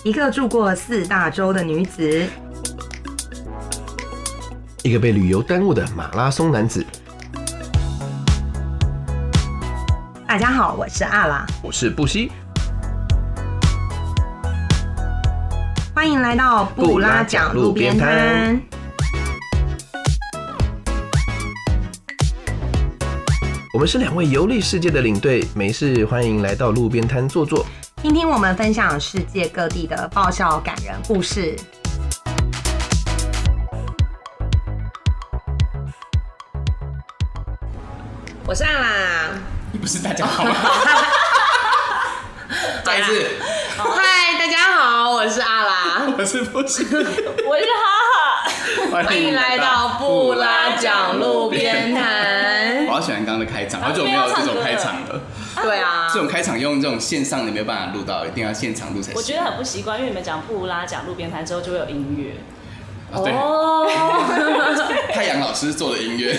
一个住过4大洲的女子， 一个被旅游耽误的马拉松男子。 大家好，我是阿拉， 我是布希， 欢迎来到布拉讲路边摊。 我们是2位游历世界的领队，没事欢迎来到路边摊坐坐， 听听我们分享世界各地的爆笑感人故事。我是阿拉， 你不是大家好吗？再一次， 嗨，大家好，我是阿拉， 我是布希， 我是哈哈， 欢迎来到布拉讲路边摊。 我好喜欢刚刚的开场，好久没有这种开场了。 对啊， 这种开场用这种线上的没有办法录到，一定要现场录才行。 我觉得很不习惯，因为你们讲布拉讲路边摊之后就会有音乐。 对，太阳老师做的音乐。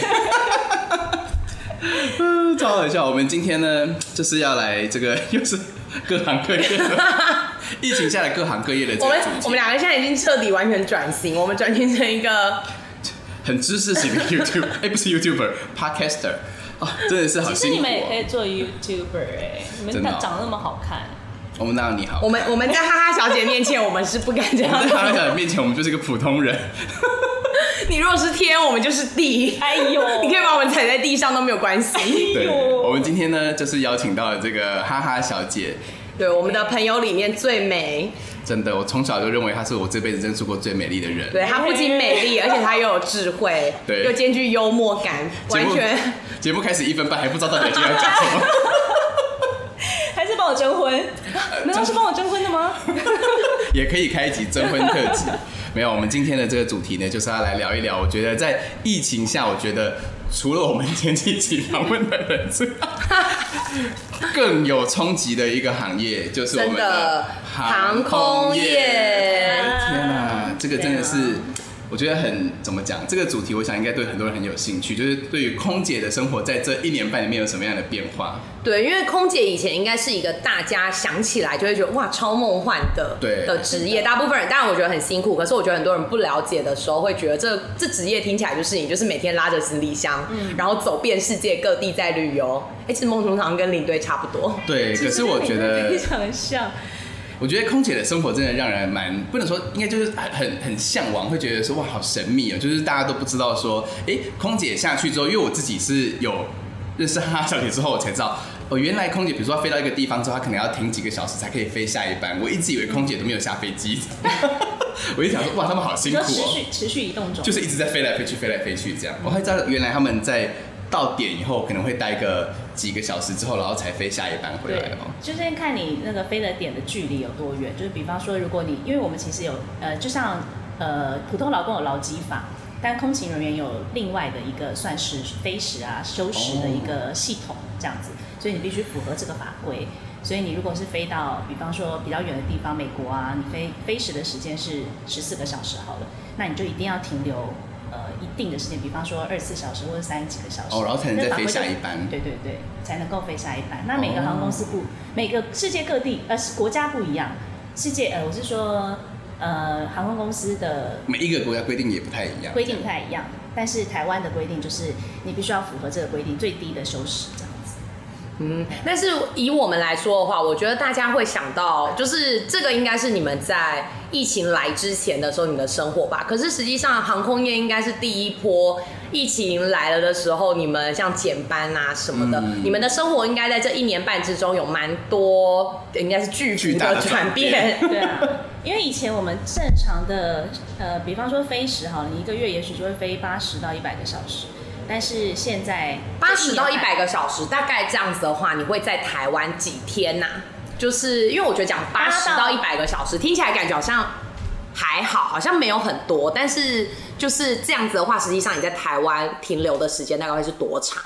超好笑！我们今天呢，就是要来这个，又是各行各业的疫情下的各行各业的这个主题。 我们2个现在已经彻底完全转型，我们转型成一个很知识型的 YouTuber， 不是 YouTuber，Podcaster 啊，真的是好辛苦。 其实你们也可以做 YouTuber 你们长得那么好看。 我们哪有你好？ 我们在哈哈小姐面前，我们是不敢这样。 我们在哈哈小姐面前，我们就是个普通人。 你若是天，我们就是地。 哎呦， 你可以把我们踩在地上都没有关系。 对，我们今天呢，就是邀请到了这个哈哈小姐。 对，我们的朋友里面最美。 真的，我从小就认为她是我这辈子认识过最美丽的人。 对，她不仅美丽，而且她又有智慧， 对， 又兼具幽默感，完全。 节目开始1分半，还不知道到底今天要讲什么。 还是帮我征婚？难道是帮我征婚的吗？ 也可以开一集征婚特辑。没有，我们今天的这个主题呢，就是要来聊一聊。我觉得在疫情下，我觉得除了我们前几期访问的人之外，更有冲击的一个行业，就是我们的航空业。天哪，这个真的是。我觉得很怎么讲，这个主题我想应该对很多人很有兴趣，就是对于空姐的生活在这1年半里面有什么样的变化？ 对，因为空姐以前应该是一个大家想起来就会觉得哇超梦幻的职业，大部分人当然我觉得很辛苦，可是我觉得很多人不了解的时候会觉得这职业听起来就是你就是每天拉着行李箱，然后走遍世界各地在旅游，其实梦通常跟领队差不多。 对，可是我觉得非常像。 我觉得空姐的生活真的让人不能说，应该就是很向往，会觉得说哇好神秘哦，就是大家都不知道说，空姐下去之后，因为我自己是有认识哈哈小姐之后，我才知道，原来空姐比如说要飞到一个地方之后，她可能要停几个小时才可以飞下一班。我一直以为空姐都没有下飞机，我一想说哇他们好辛苦哦， 持续移动中， 就是一直在飞来飞去飞来飞去这样。我还知道原来他们在到点以后可能会待个几个小时之后，然后才飞下一班回来哦。 就是看你那个飞的点的距离有多远。就是比方说，如果你因为我们其实有就像普通劳工有劳基法，但空勤人员有另外的一个算是飞时啊休时的一个系统这样子，所以你必须符合这个法规。所以你如果是飞到比方说比较远的地方，美国啊，你飞时的时间是14个小时好了，那你就一定要停留。一定的时间，比方说24小时或者30几个小时， 然后才能再飞下一班。 对，才能够飞下一班。那每个航空公司每个世界各地国家不一样。我是说航空公司的每一个国家规定也不太一样， 规定不太一样。但是台湾的规定就是你必须要符合这个规定，最低的休时这样子。 但是以我们来说的话，我觉得大家会想到，就是这个应该是你们在疫情来之前的时候你们的生活吧。可是实际上航空业应该是第一波疫情来了的时候，你们像减班啊什么的，你们的生活应该在这1年半之中有蛮多，应该是巨幅的转变。 对啊，因为以前我们正常的比方说飞时好了，你1个月也许就会飞80到100个小时。但是现在 80到100个小时，大概这样子的话，你会在台湾几天啊？就是因为我觉得讲80到100个小时，听起来感觉好像还好，好像没有很多。但是就是这样子的话，实际上你在台湾停留的时间大概会是多长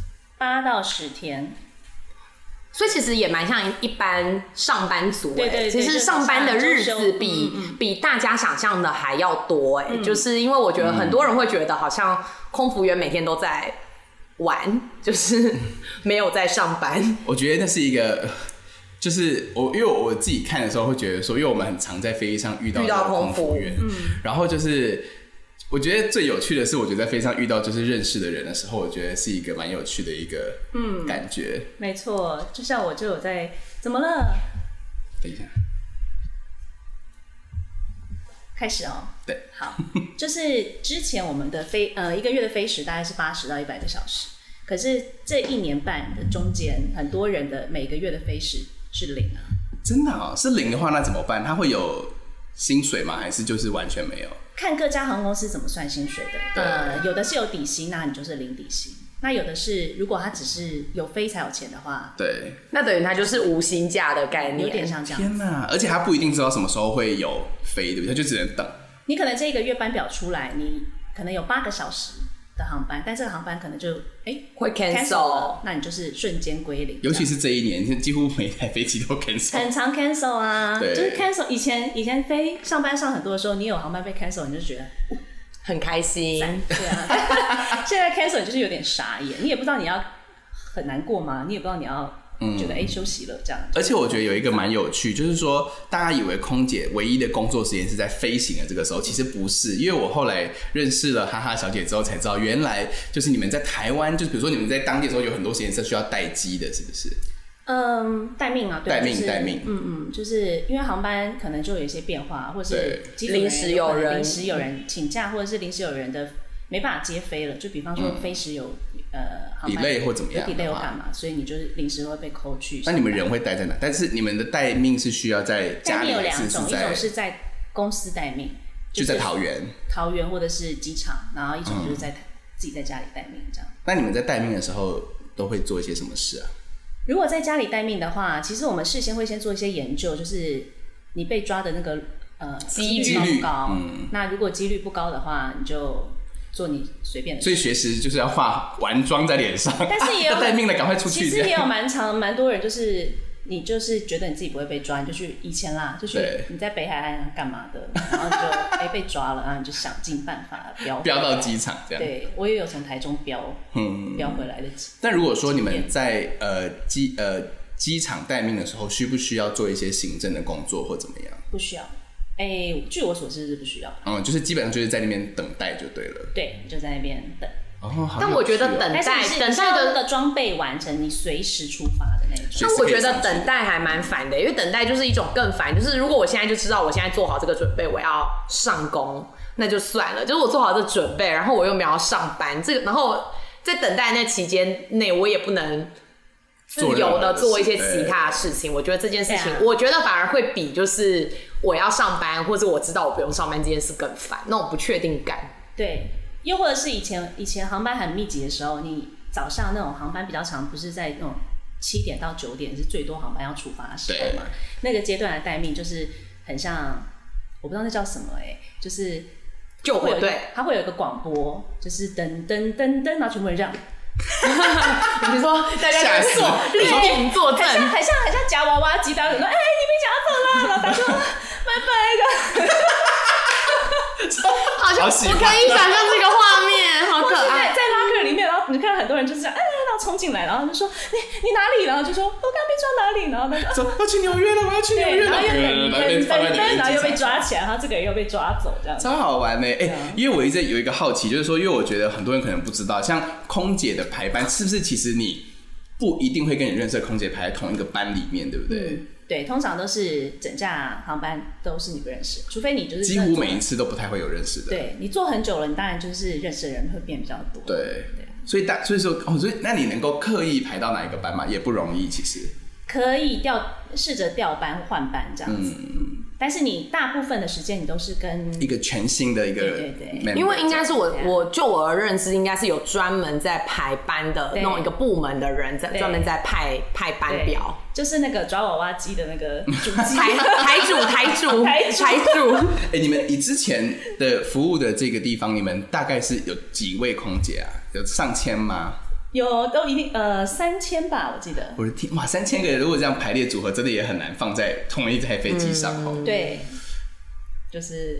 ？8到10天。 所以其实也蛮像一般上班族对， 其实上班的日子比大家想象的还要多就是因为我觉得很多人会觉得好像空服员每天都在玩，就是没有在上班。 我觉得那是一个就是因为我自己看的时候会觉得说，因为我们很常在飞机上遇到空服员，然后就是我觉得最有趣的是，我觉得在飞机上遇到就是认识的人的时候，我觉得是一个蛮有趣的一个感觉。 没错，就像我就有在，怎么了？ 等一下， 开始哦。 对， 好，就是之前我们的一个月的飞时大概是80到100个小时，可是这1年半的中间，很多人的每个月的飞时是0啊。 真的哦，是0的话那怎么办？他会有薪水吗？还是就是完全没有？ 看各家航空公司怎么算薪水的。有的是有底薪，那你就是0底薪。那有的是，如果他只是有飞才有钱的话， 对， 那等于他就是无薪假的概念， 有点像这样。 天哪！而且他不一定知道什么时候会有飞，对不对？他就只能等。 你可能这一个月班表出来，你可能有8个小时的航班，但这个航班可能就会 cancel 了，那你就是瞬间归零。 尤其是这一年，几乎每台飞机都 cancel， 很常 cancel 啊， 对， 就是 cancel。以前上班上很多的时候，你有航班被 cancel， 你就觉得很开心， 对啊。现在 cancel 就是有点傻眼，你也不知道你要很难过吗？你也不知道你要觉得休息了这样。 而且我觉得有一个蛮有趣，就是说大家以为空姐唯一的工作时间是在飞行的这个时候，其实不是。因为我后来认识了哈哈小姐之后才知道，原来就是你们在台湾，就比如说你们在当地的时候有很多时间是需要待机的，是不是？ 待命啊，对， 待命， 就是待命， 就是因为航班可能就有一些变化，或是临时有人请假，或者是临时有人的没办法接飞了，就比方说飞时有航班 delay 或怎么样， 有 delay 或干嘛，所以你就是临时会被扣去。 那你们人会待在哪？但是你们的待命是需要在家里， 待命有2种， 一种是在公司待命， 就在桃园或者是机场，然后一种就是在自己在家里待命这样。 那你们在待命的时候都会做一些什么事啊？ 如果在家里待命的话，其实我们事先会先做一些研究，就是你被抓的那个几率高不高。那如果几率不高的话，你就做你随便的事。 所以学时就是要化完妆在脸上， 但是也有待命了，赶快出去。 其实也有蛮多人，就是你就是觉得你自己不会被抓，你就去以前啦，就是你在北海岸干嘛的，然后你就被抓了，然后你就想尽办法飙到机场这样。 对，我也有从台中飙回来的。 但如果说你们在机场待命的时候，需不需要做一些行政的工作或怎么样？ 不需要。据我所知是不需要。 就是基本上就是在那边等待就对了。 对，就在那边等。 但我觉得等待的那个装备完成，你随时出发的那种。 但我觉得等待还蛮烦的，因为等待就是一种更烦。就是如果我现在就知道我现在做好这个准备，我要上工，那就算了。就是我做好这个准备，然后我又没有要上班，然后在等待那期间内，我也不能自由的做一些其他的事情。我觉得这件事情，我觉得反而会比就是我要上班，或者我知道我不用上班这件事更烦，那种不确定感。 对。又或者是以前航班很密集的时候，你早上那种航班比较长，不是在那种7点到9点是最多航班要出发的时候嘛？那个阶段的待命就是很像，我不知道那叫什么就是救火队， 它会有一个广播，就是噔噔噔噔，然后全部人这样。 你说大家立定坐正， 很像夹娃娃机，大家说你被夹走了，然后大家说拜拜的。 好像我可以想象这个画面，好可爱。 在拉客里面，然后你看到很多人就是这样，然后冲进来，然后就说你哪里？然后就说我刚被抓哪里？然后他说要去纽约了，我要去纽约了， 然后又被抓起来，然后这个人又被抓走，这样超好玩呢。因为我一直有一个好奇，就是说，因为我觉得很多人可能不知道，像空姐的排班是不是其实你不一定会跟你认识的空姐排在同一个班里面，对不对？ 对，通常都是整架航班都是你不认识，除非你就是几乎每一次都不太会有认识的。 对，你做很久了，你当然就是认识的人会变比较多。 对，所以说所以那你能够刻意排到哪一个班嘛？也不容易，其实。 可以试着调班换班这样子。但是你大部分的时间你都是跟一个全新的一个， 对， 因为应该是就我的认知，应该是有专门在排班的那种一个部门的人在专门在派班表， 就是那个抓娃娃机的那个主机台主。 你们以之前的服务的这个地方，你们大概是有几位空姐啊？有上千吗？ 有，都一定3000吧，我记得。 我的天，哇，3000个人，如果这样排列组合，真的也很难放在同一台飞机上哦。 对，就是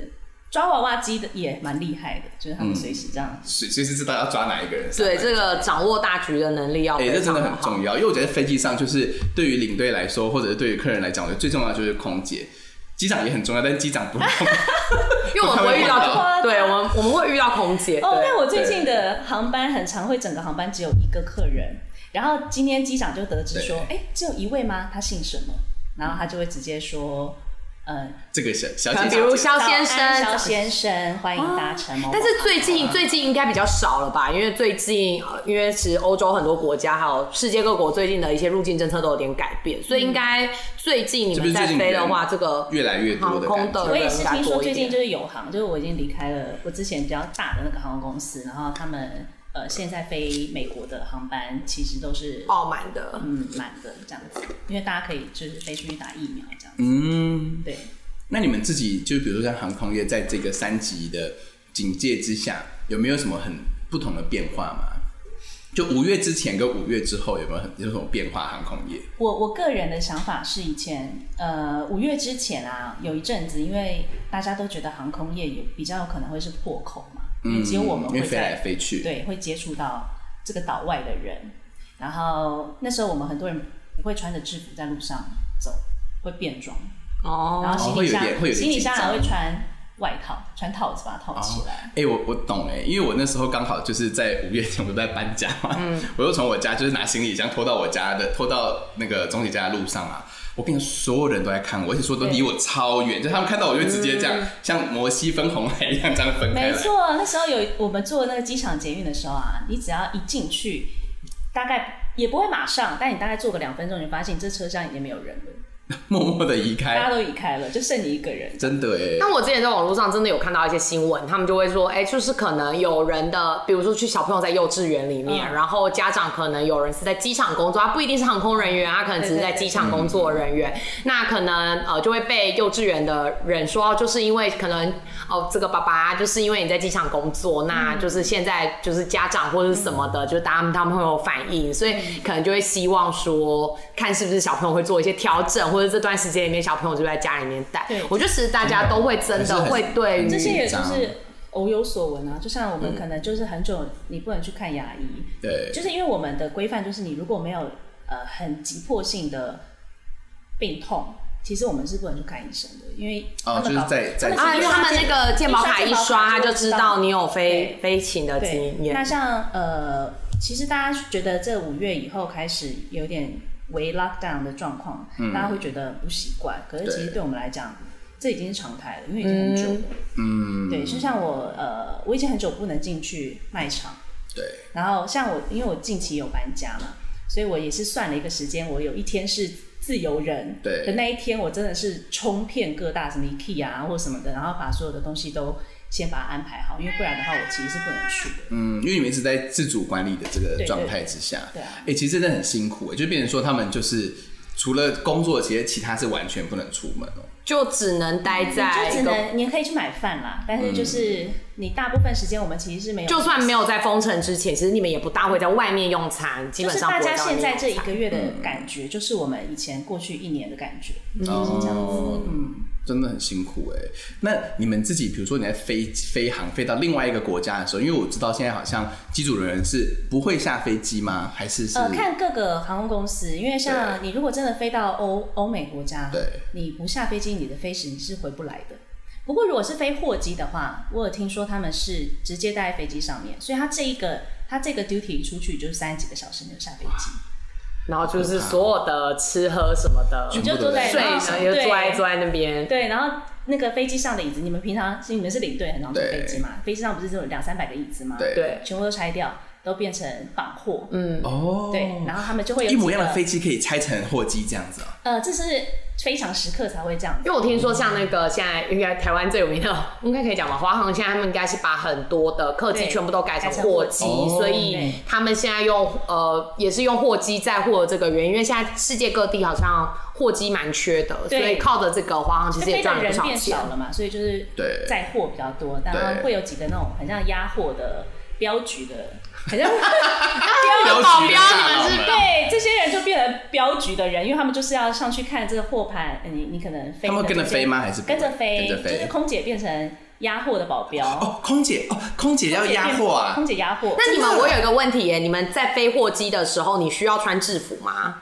抓娃娃机的也蛮厉害的，就是他们随时这样， 随时知道要抓哪一个人。 对，这个掌握大局的能力要非常好。 这真的很重要，因为我觉得飞机上就是对于领队来说，或者是对于客人来讲，我觉得最重要的就是空姐。机长也很重要，但是机长不用， 因为我们会遇到，对，我们会遇到空姐。 但我最近的航班很常会整个航班只有一个客人，然后今天机长就得知说，只有一位吗？他姓什么？然后他就会直接说。 这个小姐， 比如肖先生， 肖先生，欢迎搭乘。 但是最近应该比较少了吧？因为最近，因为其实欧洲很多国家还有世界各国最近的一些入境政策都有点改变，所以应该最近你们在飞的话，这个越来越多的航空的， 我也是听说最近就是有航，就是我已经离开了我之前比较大的那个航空公司，然后他们。现在飞美国的航班其实都是爆满的， 满的这样子，因为大家可以就是飞出去打疫苗这样子。对。 那你们自己就比如说像航空业，在这个3级的警戒之下，有没有什么很不同的变化吗？就5月之前跟5月之后有没有什么变化？航空业， 我个人的想法是，以前5月之前啊，有一阵子，因为大家都觉得航空业比较有可能会是破口嘛。因为只有我们会飞来飞去， 对，会接触到这个岛外的人。然后那时候我们很多人不会穿着制服在路上走，会变装。然后行李箱还会穿外套，穿套子把它套起来。 我懂因为我那时候刚好就是在5月前我都在搬家嘛，我又从我家就是拿行李箱拖到那个总体家的路上啊。我跟你说，所有人都在看我，而且说都离我超远，就他们看到我就直接这样，像摩西分红海一样这样分开来。 没错，那时候我们坐那个机场捷运的时候啊，你只要一进去，大概也不会马上，但你大概坐个2分钟，你就发现这车厢已经没有人了。 默默的移开， 大家都移开了，就剩你一个人。 真的那我之前在网络上真的有看到一些新闻，他们就会说，就是可能有人的，比如说去小朋友在幼稚园里面，然后家长可能有人是在机场工作，他不一定是航空人员，他可能只是在机场工作的人员，那可能就会被幼稚园的人说，就是因为可能这个爸爸就是因为你在机场工作，那就是现在就是家长或者是什么的，就是他们会有反应，所以可能就会希望说，看是不是小朋友会做一些调整。或者这段时间里面，小朋友就在家里面带。我觉得其实大家都会真的会对于这些，也就是偶有所闻啊。就像我们可能就是很久你不能去看牙医， 对， 就是因为我们的规范就是你如果没有很急迫性的病痛，其实我们是不能去看医生的，因为就是在因为他们那个健保卡一刷，他就知道你有飞行的经验。 那像其实大家觉得这5月以后开始有点。为 lockdown 的状况，大家会觉得不习惯。可是其实对我们来讲，这已经是常态了，因为已经很久了。对，就像我已经很久不能进去卖场。 对。 然后像因为我近期有搬家嘛，所以我也是算了一个时间，我有一天是自由人。 对。 的那一天，我真的是冲遍各大什么 IKEA 啊或什么的，然后把所有的东西都先把它安排好，因为不然的话我其实是不能去的。 因为你们一直在自主管理的这个状态之下， 对啊， 其实真的很辛苦，就变成说他们就是除了工作，其实其他是完全不能出门就只能待在你可以去买饭啦，但是就是你大部分时间我们其实是没有， 就算没有在封城之前，其实你们也不大会在外面用餐，基本上不会就是大家现在这1个月的感觉，就是我们以前过去1年的感觉，就是这样子。 真的很辛苦那你们自己，比如说你在飞航飞到另外一个国家的时候，因为我知道现在好像机组人员是不会下飞机吗？还是看各个航空公司，因为像你如果真的飞到欧美国家， 对， 你不下飞机，你的飞时你是回不来的。不过如果是飞货机的话，我有听说他们是直接待在飞机上面，所以他这个 duty 出去就是30几个小时没有下飞机。 然后就是所有的吃喝什么的， 你就坐在睡，然后就坐在那边。 对，然后那个飞机上的椅子，你们是领队很常坐飞机嘛？飞机上不是有200-300个椅子吗？ 对， 全部都拆掉，都变成绑货。对，然后他们就会有一模一样的飞机可以拆成货机这样子这是非常时刻才会这样子。 因为我听说像那个现在应该台湾最有名的，应该可以讲吧，华航现在他们应该是把很多的客机全部都改成货机，所以他们现在也是用货机载货的这个原因，因为现在世界各地好像货机蛮缺的，所以靠着这个华航其实也赚了不少钱。 人变少了嘛，所以就是载货比较多，然后会有几个那种很像压货的镖局的。好像保镖，你们是对这些人就变成镖局的人，因为他们就是要上去看这个货盘，你可能飞， 他们跟着飞吗？还是跟着飞？就是空姐变成压货的保镖。 哦，空姐要压货啊！ 空姐压货。 那你们，我有一个问题耶，你们在飞货机的时候，你需要穿制服吗？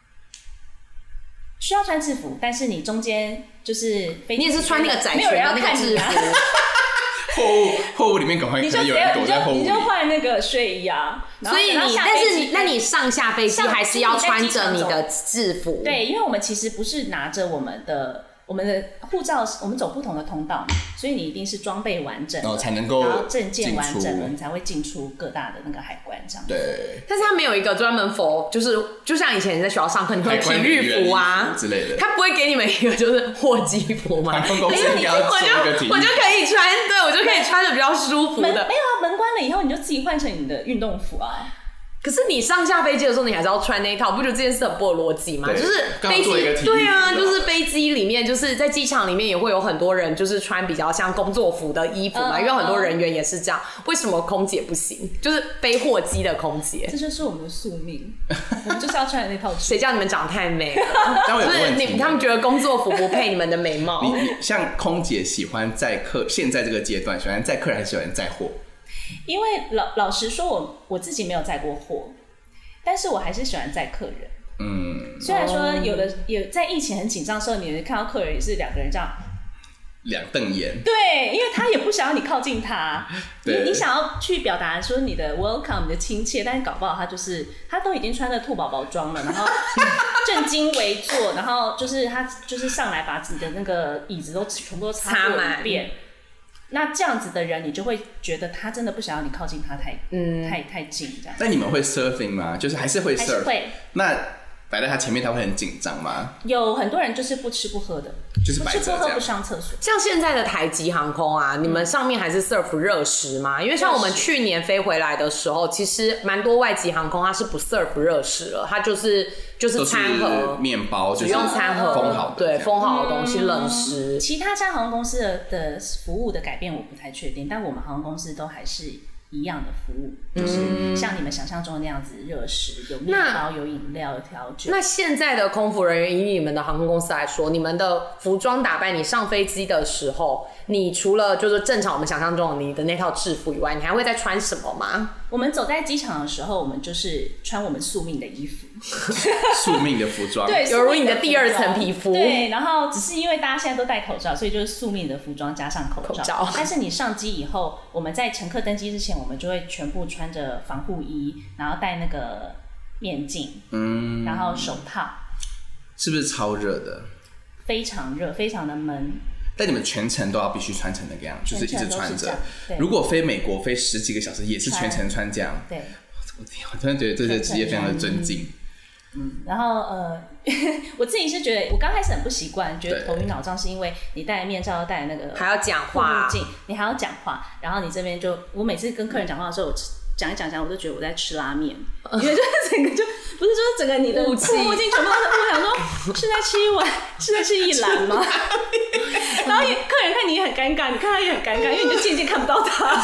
需要穿制服，但是你中间就是飞机， 你也是穿那个窄没有人裙要看的那个制你啊。 服，货物里面赶快可能有人躲在货物里。 你就换那个睡衣啊。 所以那你上下飞机还是要穿着你的制服。 对，因为我们其实不是拿着我们的护照，我们走不同的通道嘛，所以你一定是装备完整的， 才能够， 然后证件完整了，你才会进出各大的那个海关这样。 对。 但是他没有一个专门就是就像以前你在学校上课，你会有体育服啊之类的， 他不会给你们一个就是货机服吗？ 航空公司应该要做一个体育服， 我就可以穿，对我就可以穿的比较舒服的。 没有啊，门关了以后你就自己换成你的运动服啊。 可是你上下飞机的时候，你还是要穿那一套，不觉得这件事很不合逻辑吗？就是飞机，对啊，就是飞机里面，就是在机场里面也会有很多人，就是穿比较像工作服的衣服嘛，因为很多人员也是这样。为什么空姐不行？就是飞货机的空姐， 这就是我们的宿命，我们就是要穿的那套。 谁叫你们长太美了？ 但我有个问题， 他们觉得工作服不配你们的美貌。 你像空姐喜欢载客，现在这个阶段喜欢载客人还是喜欢载货？ 因为老实说，我自己没有载过货，但是我还是喜欢载客人。虽然说有在疫情很紧张的时候，你看到客人也是两个人这样两瞪眼。 对，因为他也不想要你靠近他，你想要去表达说你的 welcome 你的亲切，但是搞不好他都已经穿着兔宝宝装了，然后正襟危坐，然后就是他就是上来把自己的那个椅子都全部都擦过一遍。那这样子的人，你就会觉得他真的不想要你靠近他太近这样。 那你们会 surfing 吗？就是还是会 surf？ 还是会。 那摆在他前面，他会很紧张吗？ 有很多人就是不吃不喝的， 就是摆着这样， 不吃不喝不上厕所。 像现在的台籍航空啊，你们上面还是 serve 热食吗？因为像我们去年飞回来的时候，其实蛮多外籍航空它是不 serve 热食了，它就是餐盒、 面包， 只用餐盒封好的， 对，封好的东西冷食。 其他家航空公司的服务的改变我不太确定，但我们航空公司都还是一样的服务，就是像你们想象中的那样子，热食有面包、有饮料、有调酒。 那现在的空服人员，以你们的航空公司来说，你们的服装打扮，你上飞机的时候，你除了就是正常我们想象中的你的那套制服以外，你还会再穿什么吗？ 我们走在机场的时候，我们就是穿我们宿命的衣服， 宿命的服装， 对， 犹如你的第二层皮肤。 对，然后只是因为大家现在都戴口罩，所以就是宿命的服装加上口罩。但是你上机以后，我们在乘客登机之前，我们就会全部穿着防护衣，然后戴那个面镜，然后手套。 是不是超热的？ 非常热，非常的闷。 但你们全程都要必须穿成那个样，就是一直穿着。如果飞美国飞10几个小时，也是全程穿这样。 对， 我真的觉得这个职业非常的尊敬。 然后我自己是觉得，我刚开始很不习惯，觉得头晕脑胀，是因为你戴面罩，戴那个还要讲话， 你还要讲话，然后你这边我每次跟客人讲话的时候，我讲一讲，我就觉得我在吃拉面，因为就是整个不是说整个你的目镜全部都是，我想说是在吃一篮吗？然后客人看你也很尴尬，你看他也很尴尬，因为你就渐渐看不到他。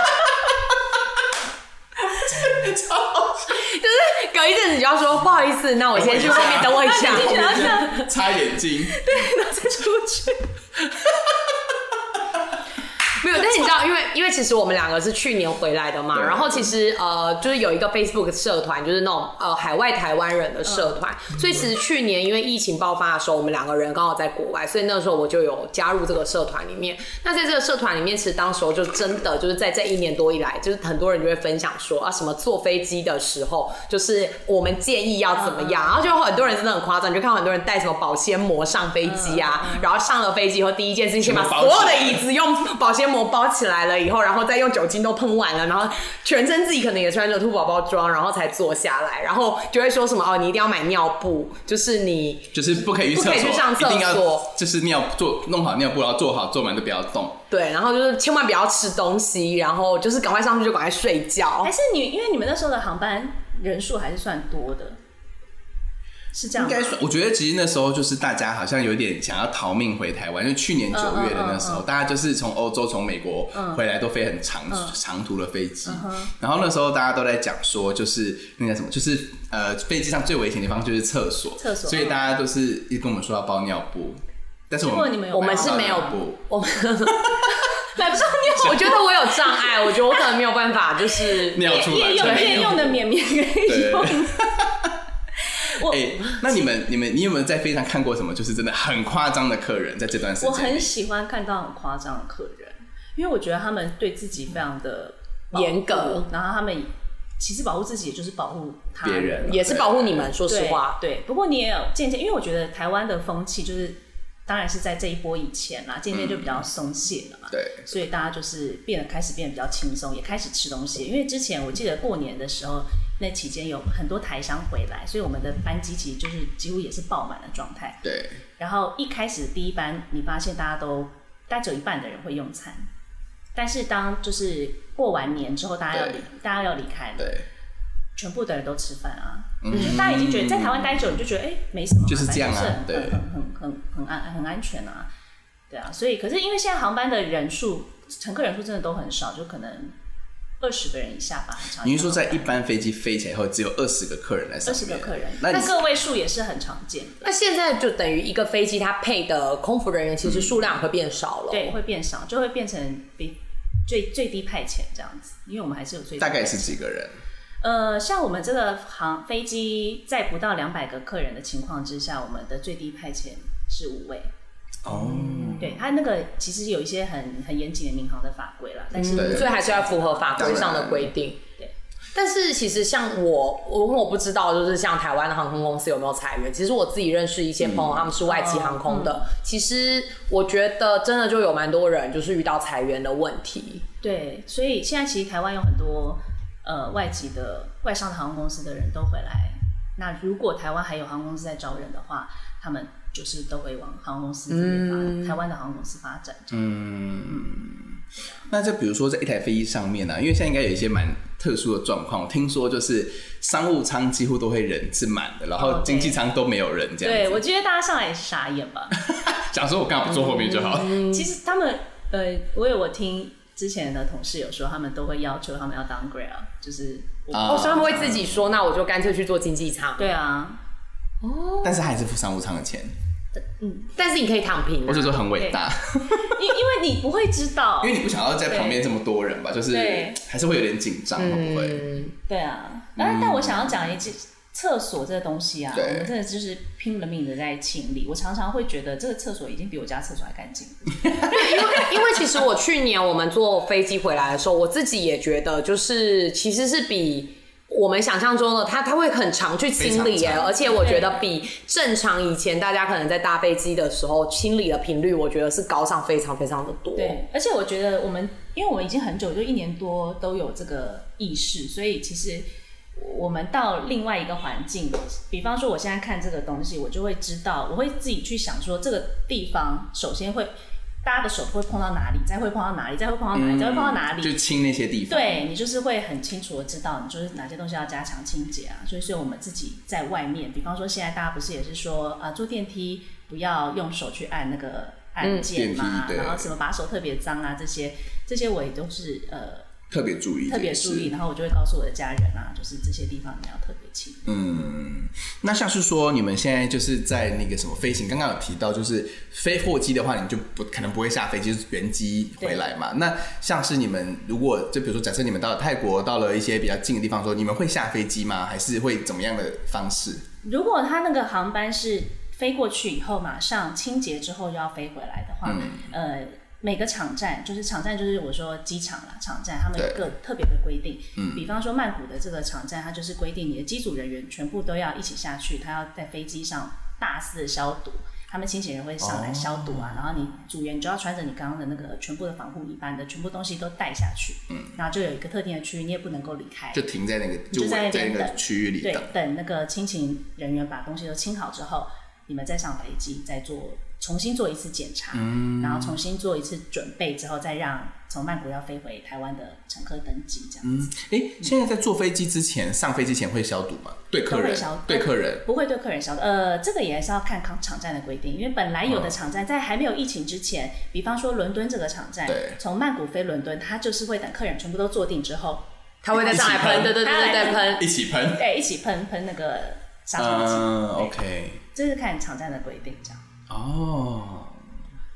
就是隔一阵子就要说不好意思，那我先去后面等我一下， 然后这样擦眼睛， 对，然后再出去。 没有，但是你知道，因为其实我们两个是去年回来的嘛，然后其实就是有一个 Facebook 社团，就是那种海外台湾人的社团，所以其实去年因为疫情爆发的时候，我们两个人刚好在国外，所以那时候我就有加入这个社团里面。那在这个社团里面，其实当时候就真的就是在这1年多以来，就是很多人就会分享说啊，什么坐飞机的时候，就是我们建议要怎么样，然后就有很多人真的很夸张，你就看到很多人带什么保鲜膜上飞机啊，然后上了飞机以后第一件事情先把所有的椅子用保鲜膜包起来了以后，然后再用酒精都喷完了，然后全身自己可能也穿着兔宝宝装，然后才坐下来，然后就会说什么哦，你一定要买尿布，就是你就是不可以去上厕所， 一定要就是弄好尿布，然后坐好坐满都不要动。 对，然后就是千万不要吃东西，然后就是赶快上去就赶快睡觉。 还是因为你们那时候的航班人数还是算多的。是这样吗？ 应该我觉得其实那时候就是大家好像有点想要逃命回台湾，就去年9月的那时候，大家就是从欧洲、从美国回来都飞很长途的飞机，然后那时候大家都在讲说，就是那个什么，就是飞机上最危险的地方就是厕所，所以大家都是一直跟我们说要包尿布，但是我们是没有，我们来不上尿。 我觉得我有障碍，我觉得我可能没有办法，就是尿出来。 夜用的绵绵可以用。 那你有没有在飞机上看过什么就是真的很夸张的客人？在这段时间， 我很喜欢看到很夸张的客人，因为我觉得他们对自己非常的严格， 然后他们其实保护自己，也就是保护他别人， 也是保护你们。说实话， 对。不过你也有渐渐，因为我觉得台湾的风气就是，当然是在这一波以前啦，渐渐就比较松懈了嘛。 对， 所以大家就是开始变得比较轻松，也开始吃东西。因为之前我记得过年的时候，那期间有很多台商回来，所以我们的班机其实就是几乎也是爆满的状态。 对。 然后一开始第一班，你发现大概只有一半的人会用餐，但是当就是过完年之后，大家要离开了， 对， 全部的人都吃饭啊，就是大家已经觉得在台湾待久，你就觉得没什么， 就是这样啊，对， 很安全啊，对啊，所以可是因为现在航班的人数，乘客人数真的都很少，就可能20个人以下吧。 你是说在一班飞机飞起来后，只有20个客人来上面？20 个客人，那个位数也是很常见的。 那现在就等于一个飞机它配的空服人员，其实数量会变少了。 对，会变少，就会变成比最低派遣这样子，因为我们还是有最低派遣。 大概是几个人？ 像我们这个飞机在不到200个客人的情况之下，我们的最低派遣是5位。 哦， 对，它那个其实有一些很严谨的民航的法规啦，但是所以还是要符合法规上的规定。 对， 但是其实像我不知道，就是像台湾的航空公司有没有裁员？其实我自己认识一些朋友，他们是外籍航空的。其实我觉得真的就有蛮多人就是遇到裁员的问题。 对，所以现在其实台湾有很多外籍的外商的航空公司的人都回来。那如果台湾还有航空公司在招人的话，他们就是都会往航空公司这边台湾的航空公司发展。 那就比如说在一台飞机上面因为现在应该有一些蛮特殊的状况，我听说就是商务舱几乎都会人是满的，然后经济舱都没有人这样子。 对，我觉得大家上来也是傻眼吧， 想说我干嘛不坐后面就好。 其实他们我听之前的同事有说，他们都会要求他们要 downgrade， 就是所以他们会自己说，那我就干脆去做经济舱。 对啊， 但是还是付商务舱的钱。 但是你可以躺平。 我就说很伟大， 因为你不会知道， 因为你不想要在旁边这么多人吧，就是还是会有点紧张，会不会？ 对啊，但我想要讲一句。厕所这个东西啊，我们真的就是拼了命的在清理。我常常会觉得这个厕所已经比我家厕所还干净。 因为其实我去年我们坐飞机回来的时候，我自己也觉得就是其实是比我们想象中的它会很常去清理耶，而且我觉得比正常以前大家可能在搭飞机的时候清理的频率，我觉得是高上非常非常的多。 对，而且我觉得因为我们已经很久，就1年多都有这个意识，所以其实。我们到另外一个环境，比方说我现在看这个东西，我就会知道，我会自己去想说这个地方首先会大家的手会碰到哪里，再会碰到哪里，再会碰到哪里，再会碰到哪里， 就清那些地方。 对，你就是会很清楚的知道你就是哪些东西要加强清洁啊。所以我们自己在外面，比方说现在大家不是也是说坐电梯不要用手去按那个按键嘛，然后什么把手特别脏啊，这些我也都是特别注意， 然后我就会告诉我的家人啊，就是这些地方你要特别清。 那像是说你们现在就是在那个什么飞行，刚刚有提到就是飞货机的话，你就可能不会下飞机，就是原机回来嘛。那像是你们如果就比如说假设你们到了泰国，到了一些比较近的地方的时候，你们会下飞机吗？还是会怎么样的方式？如果他那个航班是飞过去以后马上清洁之后就要飞回来的话，每个场站就是我说机场啦，场站他们有个特别的规定。比方说曼谷的这个场站，它就是规定你的机组人员全部都要一起下去，他要在飞机上大肆的消毒，他们清洁人会上来消毒啊，然后你组员就要穿着你刚刚的那个全部的防护衣，把你的全部东西都带下去。然后就有一个特定的区域，你也不能够离开， 就停在那个就在那边等区域里等那个清勤人员把东西都清好之后，你们再上飞机，再重新做一次检查，然后重新做一次准备之后，再让从曼谷要飞回台湾的乘客登机这样子。 现在在坐飞机之前，上飞机前会消毒吗？对客人，对客人不会对客人消毒。这个也是要看场站的规定，因为本来有的场站在还没有疫情之前，比方说伦敦这个场站，从曼谷飞伦敦，他就是会等客人全部都坐定之后， 他会再上来喷，对，喷， 一起喷， 对，一起喷那个杀虫剂。 OK， 这是看场站的规定这样。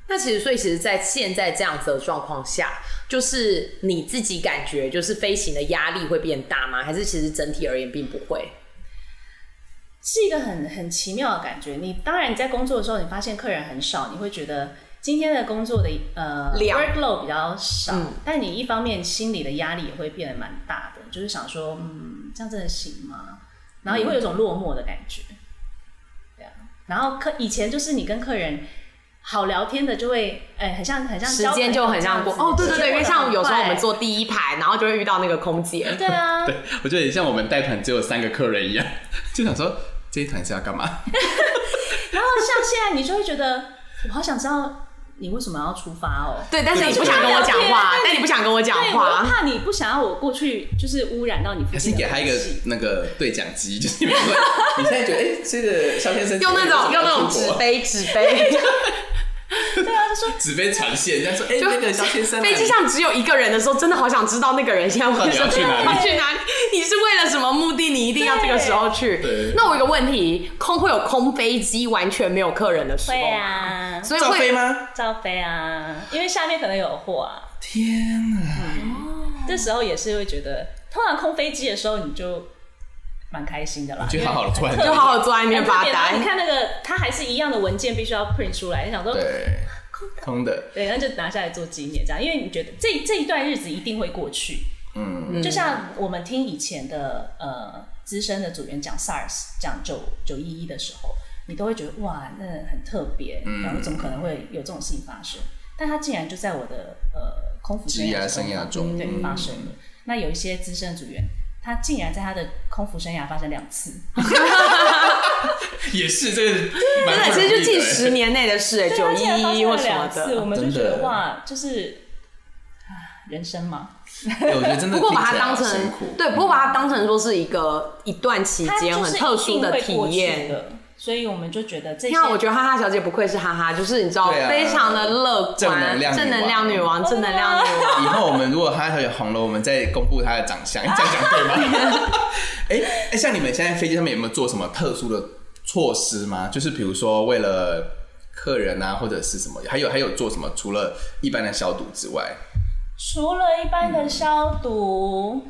那其实在现在这样子的状况下，就是你自己感觉就是飞行的压力会变大吗？还是其实整体而言并不会？ 是一个很奇妙的感觉。当然你在工作的时候，你发现客人很少，你会觉得今天的工作的workload 比较少，但你一方面心里的压力也会变得蛮大的，就是想说，这样真的行吗？然后也会有一种落寞的感觉。对啊，然后以前就是你跟客人好聊天的，就会很像时间就很像过哦，对对对，因为像有时候我们坐第一排，然后就会遇到那个空姐。 对啊， 对，我觉得也像我们带团只有3个客人一样，就想说这一团是要干嘛？ 然后像现在你就会觉得，我好想知道你为什么要出发哦。 对，但是你不想跟我讲话，但你不想跟我讲话， 我怕你不想要我过去，就是污染到你附近的空气。 还是给他一个那个对讲机，就是你现在觉得这个肖先生用那种纸杯。 对啊，就说纸杯传线，人家说那个肖先生， 飞机上只有一个人的时候，真的好想知道那个人现在到底要去哪里？ 你是为了什么目的？你一定要这个时候去？那我有个问题，会有空飞机完全没有客人的时候吗？ 会啊， 所以照飞吗？ 照飞啊，因为下面可能有货啊。 天哪！ 这时候也是会觉得，通常空飞机的时候你就蛮开心的啦， 就好好的坐在， 就好好坐在那边发呆。 你看那个，它还是一样的文件必须要 print 出来，你想说对空的， 对，然后就拿下来做纪念，这样，因为你觉得这一段日子一定会过去。就像我们听以前的资深的组员讲 SARS 讲911的时候，你都会觉得哇，那很特别，然后怎么可能会有这种事情发生？但它竟然就在我的空服生涯中对发生了。那有一些资深组员，他竟然在他的空服生涯发生2次， 也是这个， 真的，其实就近10年内的事，911或什么的， 我们就觉得哇，就是人生嘛。 我觉得真的， 不过把它当成不过把它当成说是一段期间很特殊的体验。 所以我们就觉得这些， 我觉得哈哈小姐不愧是哈哈，就是你知道，非常的乐观，正能量女王。 以后我们如果哈哈小姐红了，我们再公布她的长相，这样讲对吗？像你们现在飞机上面有没有做什么特殊的措施吗？就是比如说为了客人啊，或者是什么，还有做什么？除了一般的消毒之外， 除了一般的消毒。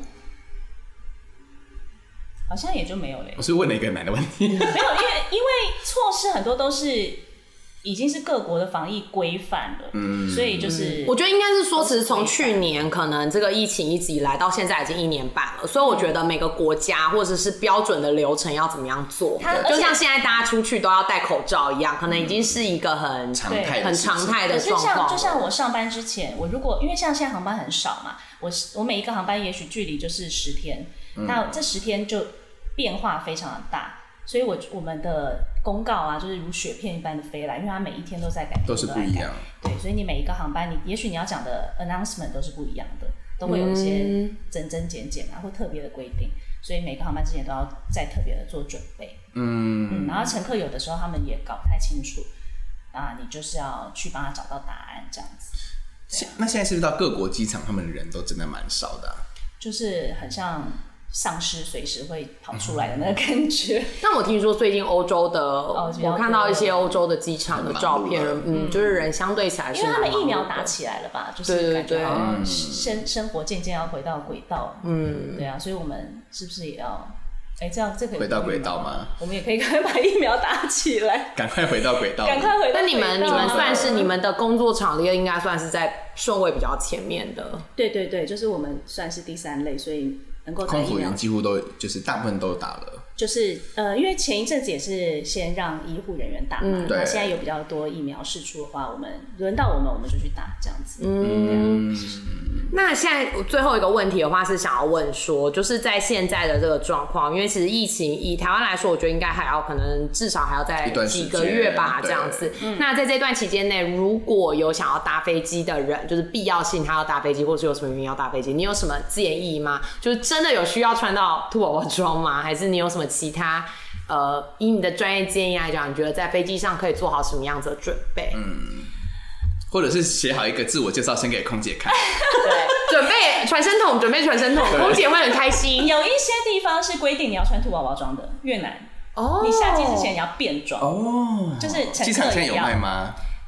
好像也就没有了。 我是问了一个很难的问题。没有，因为措施很多都是已经是各国的防疫规范了，所以就是我觉得应该是说，其实从去年可能这个疫情一直以来到现在已经1年半了，所以我觉得每个国家或者是标准的流程要怎么样做，就像现在大家出去都要戴口罩一样，可能已经是一个很常态的状况。 就像我上班之前，我如果因为像现在航班很少嘛，我每一个航班也许距离就是10天，那这10天就变化非常的大，所以我们的公告啊，就是如雪片一般的飞来，因为它每一天都在改， 都是不一样。 对，所以你每一个航班，也许你要讲的 announcement 都是不一样的，都会有一些增减啊，或特别的规定，所以每个航班之前都要再特别的做准备。然后乘客有的时候他们也搞不太清楚，啊，你就是要去帮他找到答案这样子。 那现在是不是到各国机场，他们人都真的蛮少的就是很像丧尸随时会跑出来的那个感觉。 但我听说最近欧洲的，我看到一些欧洲的机场的照片，就是人相对起来是因为他们疫苗打起来了吧，就是感觉好像生活渐渐要回到轨道。对啊，所以我们是不是也要？这样这可以回到轨道吗？ 我们也可以赶快把疫苗打起来， 赶快回到轨道。 那你们算是你们的工作场列应该算是在顺位比较前面的。 对对对，就是我们算是第3类，所以能够打疫苗。 空服员几乎都就是大部分都打了。 就是因为前一阵子也是先让医护人员打嘛，那现在有比较多疫苗释出的话，我们轮到我们就去打这样子。 那现在最后一个问题的话是想要问说，就是在现在的这个状况，因为其实疫情以台湾来说，我觉得应该还要可能至少还要再几个月吧这样子。那在这段期间内，如果有想要搭飞机的人，就是必要性他要搭飞机，或是有什么原因要搭飞机，你有什么建议吗？就是真的有需要穿到兔宝宝装吗？还是你有什么其他以你的专业建议来讲，你觉得在飞机上可以做好什么样子的准备？ 或者是写好一个自我介绍，先给空姐看。 对，准备传声筒，空姐会很开心。 有一些地方是规定你要穿兔宝宝装的，越南。你下机之前你要变装。就是乘客机场现在有卖吗？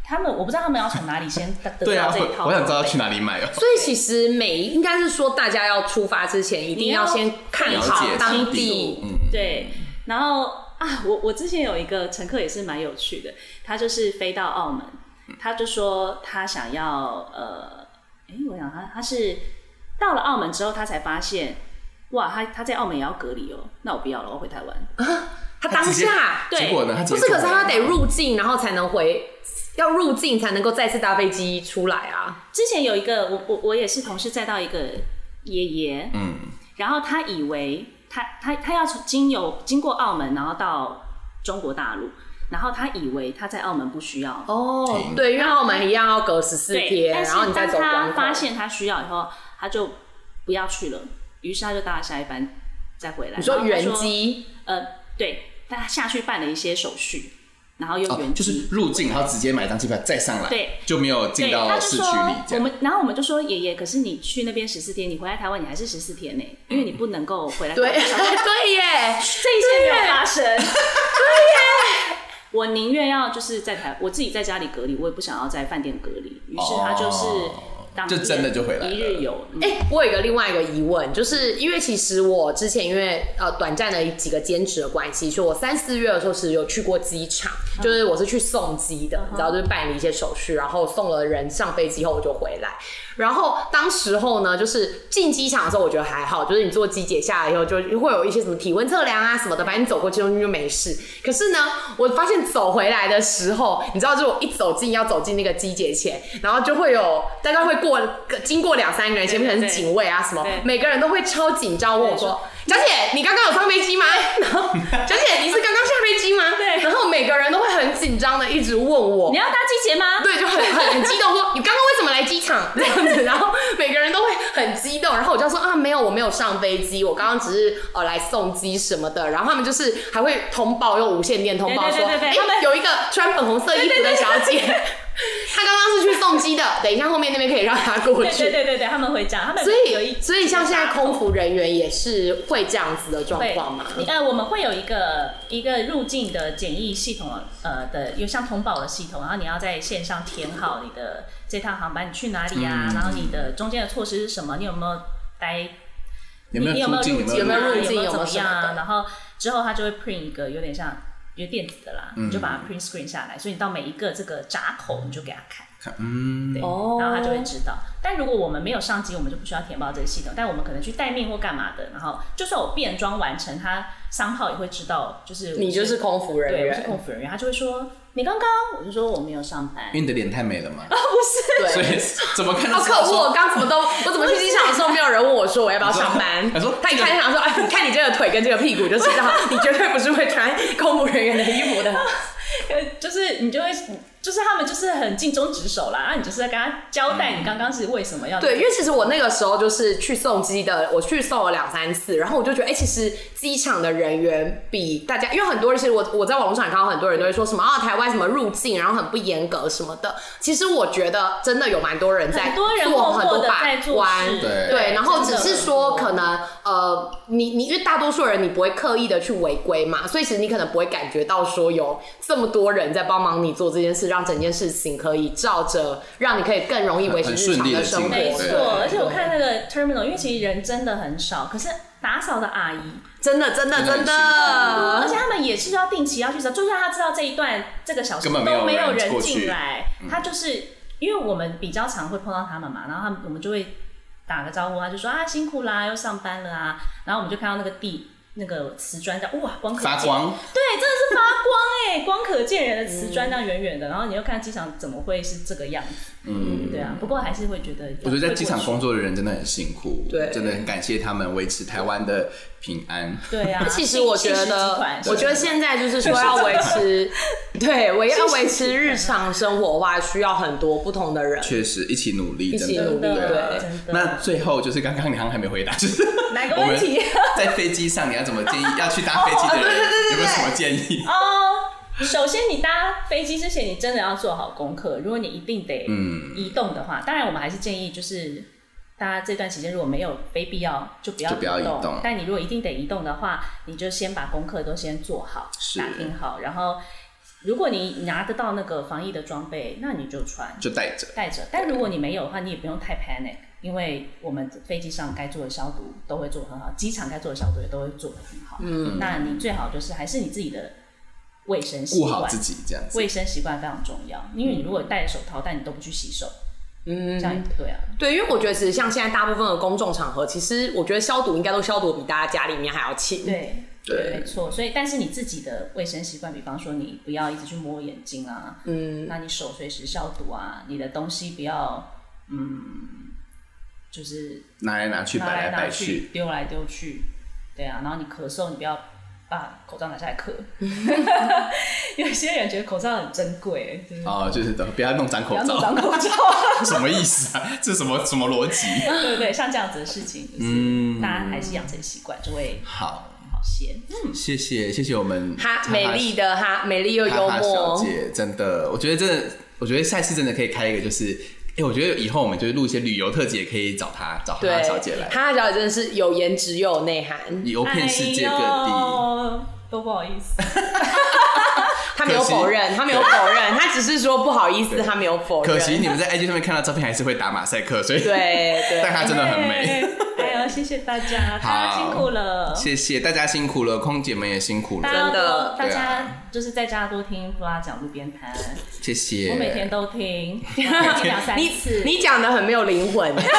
他们我不知道他们要从哪里先得对啊到这一套， 我想知道去哪里买哦。 所以其实应该是说，大家要出发之前，一定要先看好当地。 对，然后我之前有一个乘客也是蛮有趣的，他就是飞到澳门，他就说他想要我想他是到了澳门之后，他才发现，哇，他在澳门也要隔离哦，那我不要了，我回台湾。 他当下结果呢？他不是，可是他得入境，然后才能要入境才能够再次搭飞机出来啊。 之前有一个我也是同事载到一个爷爷，然后他以为他要经过澳门，然后到中国大陆，然后他以为他在澳门不需要对，因为澳门一样要隔14天，然后你再走关口。 但是当他发现他需要以后，他就不要去了，于是他就搭了下一班再回来。 你说原机？ 对，但他下去办了一些手续，然后又原机， 就是入境，然后直接买张机票再上来， 对， 就没有进到市区里。 然后我们就说爷爷，可是你去那边14天，你回来台湾你还是14天呢，因为你不能够回来台湾。 对耶， 这一切没有发生。对耶，我宁愿要就是我自己在家里隔离，我也不想要在饭店隔离。于是他就是就真的就回来了， 一日游。 我有另外一个疑问，就是因为其实我之前因为短暂的几个兼职的关系，所以我3、4月的时候是有去过机场，就是我是去送机的，你知道，就是办理一些手续，然后送了人上飞机后我就回来。然后当时候呢，就是进机场的时候，我觉得还好，就是你做机检下来以后，就会有一些什么体温测量啊什么的，反正你走过去就没事。可是呢，我发现走回来的时候，你知道，就我一要走进那个机检前，然后就会有大概会经过2、3个人，前面可能是警卫啊什么，每个人都会超紧张问我说：“小姐，你刚刚有上飞机吗？”然后小姐，你是刚刚下飞机吗？对。然后每个人都会很紧张的一直问我：“ 你要搭机检吗？” 对，就很激动说：“你刚刚为什么来机场？”这样子，然后每个人都会很激动，然后我就说：“没有，我没有上飞机，我刚刚只是来送机什么的。”然后他们就是还会通报，用无线电通报说：“有一个穿粉红色衣服的小姐。”他刚刚是去送机的，等一下后面那边可以让他过去。 对，他们会这样，他们所以像现在空服人员也是会这样子的状况吗？ 我们会有一个入境的检疫系统有像通报的系统，然后你要在线上填好你的这趟航班你去哪里啊，然后你的中间的措施是什么，你有没有待， 有没有入境， 有没有入境， 怎么样啊？然后之后他就会 print 一个有点像。因为电子的啦，你就把它 print screen 下来，所以你到每一个这个闸口你就给他看，对，然后他就会知道。但如果我们没有上机，我们就不需要填报这个系统。但我们可能去待命或干嘛的，然后就算我变装完成，他商号也会知道，就是你就是空服人员， 对，我是空服人员，他就会说你刚刚，我就说我没有上班， 因为你的脸太美了嘛。 不是， 所以怎么看到？ 好可恶！我刚我怎么去机场的时候没有人问我说我要不要上班？他一看就想说，你看你这个腿跟这个屁股就知道你绝对不是会穿空服人员的衣服的。 就是你就会，就是他们就是很尽忠职守啦，然后你就是在跟他交代你刚刚是为什么要。 对，因为其实我那个时候就是去送机的，我去送了2、3次，然后我就觉得，其实机场的人员比大家，因为很多人其实我在网络上也看到很多人都会说什么台湾什么入境然后很不严格什么的，其实我觉得真的有蛮多人在做很多把关，对，然后只是说可能你因为大多数人你不会刻意的去违规嘛，所以其实你可能不会感觉到说有这么多人在帮忙你做这件事，让整件事情可以照着让你可以更容易维持日常的生活。 没错，而且我看那个 terminal， 因为其实人真的很少，可是打扫的阿姨真的， 而且他们也是要定期要去扫，就算他知道这一段这个小时都没有人进来，他就是因为我们比较常会碰到他们嘛，然后我们就会打个招呼，他就说辛苦啦，又上班了啊，然后我们就看到那个瓷砖这样，哇，光可见， 发光， 对，真的是发光光可见人的瓷砖这样远远的，然后你又看机场怎么会是这个样子？对啊，不过还是会觉得， 我觉得在机场工作的人真的很辛苦， 对， 真的很感谢他们维持台湾的平安。 对啊， 其实我觉得现在就是说要维持，对，要维持日常生活的话，需要很多不同的人， 确实一起努力， 一起努力，对。 那最后就是刚刚你好像还没回答，就是哪个问题？ 在飞机上你要怎么建议要去搭飞机的人有没有什么建议？ 首先，你搭飞机之前，你真的要做好功课。如果你一定得移动的话，当然我们还是建议就是大家这段时间如果没有非必要，就不要移动。但你如果一定得移动的话，你就先把功课都先做好，打听好，然后如果你拿得到那个防疫的装备，那你就穿， 就带着。 但如果你没有的话，你也不用太 panic， 因为我们飞机上该做的消毒都会做得很好，机场该做的消毒也都会做得很好。那你最好就是还是你自己的卫生习惯， 顾好自己这样子。 卫生习惯非常重要，因为你如果戴着手套，但你都不去洗手。这样也不对啊。 对，因为我觉得其实像现在大部分的公众场合，其实我觉得消毒应该都消毒比大家家里面还要勤。 对，没错。所以，但是你自己的卫生习惯，比方说你不要一直去摸眼睛啊，那你手随时消毒啊，你的东西不要，就是拿来拿去，摆来摆去， 丢来丢去，对啊。然后你咳嗽，你不要把口罩拿下来咳。有些人觉得口罩很珍贵， 就是不要弄脏口罩， 不要弄脏口罩， 什么意思啊？这什么逻辑？ 对，像这样子的事情，就是大家还是养成习惯，就会好些。 谢谢我们美丽的美丽又幽默小姐，真的，我觉得下次真的可以开一个，就是我觉得以后我们就是录一些旅游特辑，也可以找哈哈小姐来。 哈哈小姐真的是有颜值又有内涵， 游遍世界各地， 都不好意思。 他没有否认，他只是说不好意思，他没有否认。 可惜你们在 IG 上面看到照片还是会打马赛克，所以对， 但它真的很美。 谢谢大家，大家辛苦了。 谢谢大家辛苦了，空姐们也辛苦了， 真的。 大家就是在家多听布拉讲路边摊， 谢谢。 我每天都听，2-3次。 你讲的很没有灵魂。 不是因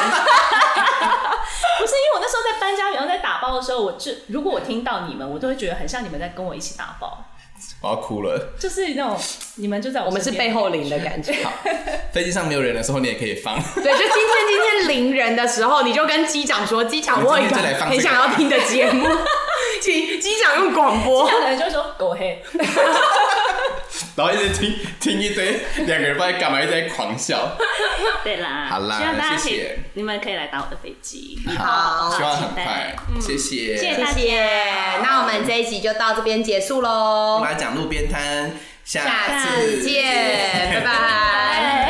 为我那时候在搬家，然后在打包的时候，如果我听到你们，我都会觉得很像你们在跟我一起打包。 我要哭了， 就是那种你们就在我们是背后零的感觉。 好，飞机上没有人的时候，你也可以放。 对，就今天零人的时候，你就跟机长说：“机长，我有一个很想要听的节目，请机长用广播。” 机长可能就说“狗黑”， 然后一直听一堆2个人不知道干嘛，一直在狂笑。 对啦， 好啦， 希望大家谢谢你们可以来搭我的飞机。 好， 希望很快，谢谢， 谢谢。那我们这一集就到这边结束喽。 我们来讲路边摊，下次见，拜拜。